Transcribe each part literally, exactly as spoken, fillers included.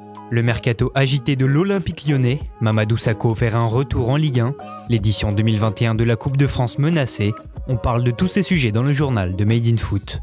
Le mercato agité de l'Olympique lyonnais, Mamadou Sakho faire un retour en Ligue un, l'édition deux mille vingt et un de la Coupe de France menacée, on parle de tous ces sujets dans le journal de Made in Foot.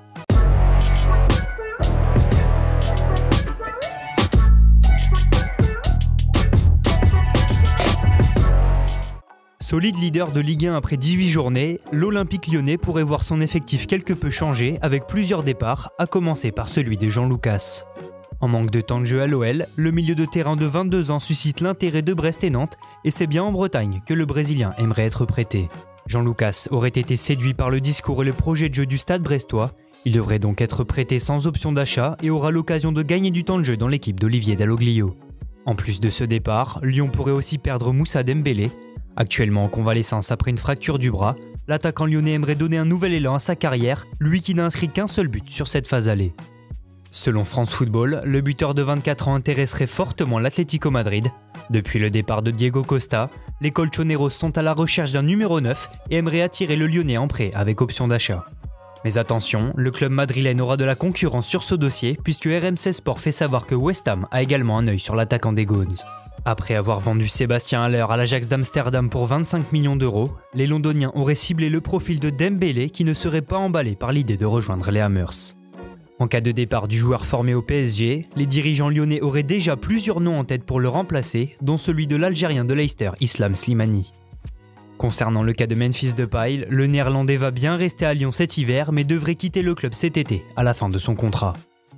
Solide leader de Ligue un après dix-huit journées, l'Olympique lyonnais pourrait voir son effectif quelque peu changer avec plusieurs départs, à commencer par celui de Jean Lucas. En manque de temps de jeu à l'O L, le milieu de terrain de vingt-deux ans suscite l'intérêt de Brest et Nantes et c'est bien en Bretagne que le Brésilien aimerait être prêté. Jean Lucas aurait été séduit par le discours et le projet de jeu du stade brestois, il devrait donc être prêté sans option d'achat et aura l'occasion de gagner du temps de jeu dans l'équipe d'Olivier Dalloglio. En plus de ce départ, Lyon pourrait aussi perdre Moussa Dembélé. Actuellement en convalescence après une fracture du bras, l'attaquant lyonnais aimerait donner un nouvel élan à sa carrière, lui qui n'a inscrit qu'un seul but sur cette phase aller. Selon France Football, le buteur de vingt-quatre ans intéresserait fortement l'Atlético Madrid. Depuis le départ de Diego Costa, les colchoneros sont à la recherche d'un numéro neuf et aimeraient attirer le Lyonnais en prêt avec option d'achat. Mais attention, le club madrilène aura de la concurrence sur ce dossier puisque R M C Sport fait savoir que West Ham a également un œil sur l'attaquant des Gones. Après avoir vendu Sébastien Haller à l'Ajax d'Amsterdam pour vingt-cinq millions d'euros, les Londoniens auraient ciblé le profil de Dembélé qui ne serait pas emballé par l'idée de rejoindre les Hammers. En cas de départ du joueur formé au P S G, les dirigeants lyonnais auraient déjà plusieurs noms en tête pour le remplacer, dont celui de l'Algérien de Leicester, Islam Slimani. Concernant le cas de Memphis Depay, le Néerlandais va bien rester à Lyon cet hiver mais devrait quitter le club cet été, à la fin de son contrat.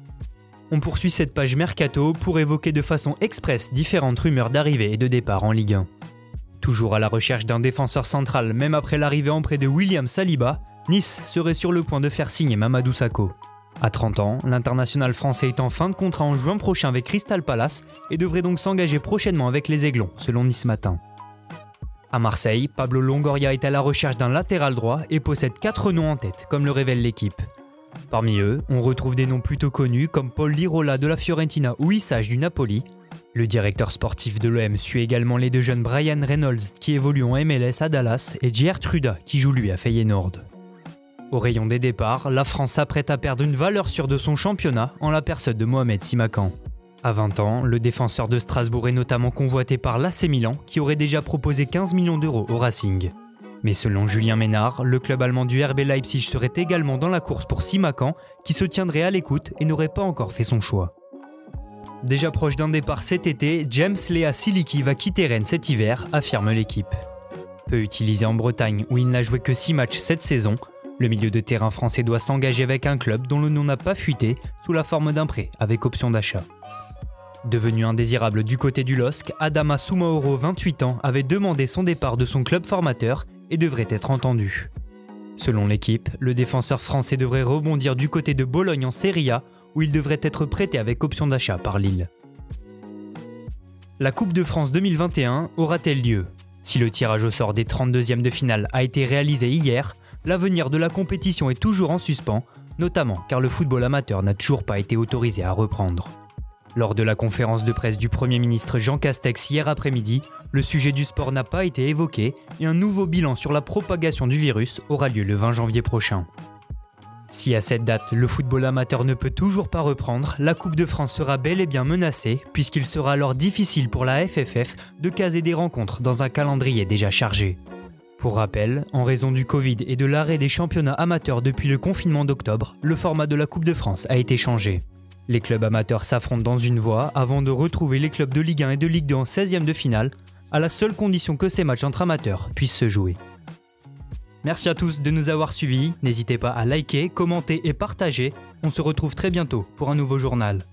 On poursuit cette page Mercato pour évoquer de façon express différentes rumeurs d'arrivée et de départ en Ligue un. Toujours à la recherche d'un défenseur central, même après l'arrivée en prêt de William Saliba, Nice serait sur le point de faire signer Mamadou Sakho. À trente ans, l'international français est en fin de contrat en juin prochain avec Crystal Palace et devrait donc s'engager prochainement avec les Aiglons, selon Nice Matin. À Marseille, Pablo Longoria est à la recherche d'un latéral droit et possède quatre noms en tête, comme le révèle l'équipe. Parmi eux, on retrouve des noms plutôt connus comme Paul Lirola de la Fiorentina ou Issage du Napoli. Le directeur sportif de l'O M suit également les deux jeunes Brian Reynolds qui évoluent en M L S à Dallas et Geertruida qui joue lui à Feyenoord. Au rayon des départs, la France s'apprête à perdre une valeur sûre de son championnat en la personne de Mohamed Simakan. À vingt ans, le défenseur de Strasbourg est notamment convoité par l'A C Milan qui aurait déjà proposé quinze millions d'euros au Racing. Mais selon Julien Ménard, le club allemand du R B Leipzig serait également dans la course pour Simakan, qui se tiendrait à l'écoute et n'aurait pas encore fait son choix. Déjà proche d'un départ cet été, James Lea Siliki va quitter Rennes cet hiver, affirme l'équipe. Peu utilisé en Bretagne où il n'a joué que six matchs cette saison, le milieu de terrain français doit s'engager avec un club dont le nom n'a pas fuité sous la forme d'un prêt avec option d'achat. Devenu indésirable du côté du L O S C, Adama Soumaoro, vingt-huit ans, avait demandé son départ de son club formateur et devrait être entendu. Selon l'équipe, le défenseur français devrait rebondir du côté de Bologne en Serie A où il devrait être prêté avec option d'achat par Lille. La Coupe de France deux mille vingt et un aura-t-elle lieu? Si le tirage au sort des trente-deuxièmes de finale a été réalisé hier, l'avenir de la compétition est toujours en suspens, notamment car le football amateur n'a toujours pas été autorisé à reprendre. Lors de la conférence de presse du Premier ministre Jean Castex hier après-midi, le sujet du sport n'a pas été évoqué et un nouveau bilan sur la propagation du virus aura lieu le vingt janvier prochain. Si à cette date, le football amateur ne peut toujours pas reprendre, la Coupe de France sera bel et bien menacée puisqu'il sera alors difficile pour la F F F de caser des rencontres dans un calendrier déjà chargé. Pour rappel, en raison du Covid et de l'arrêt des championnats amateurs depuis le confinement d'octobre, le format de la Coupe de France a été changé. Les clubs amateurs s'affrontent dans une voie avant de retrouver les clubs de Ligue un et de Ligue deux en seizième de finale, à la seule condition que ces matchs entre amateurs puissent se jouer. Merci à tous de nous avoir suivis, n'hésitez pas à liker, commenter et partager, on se retrouve très bientôt pour un nouveau journal.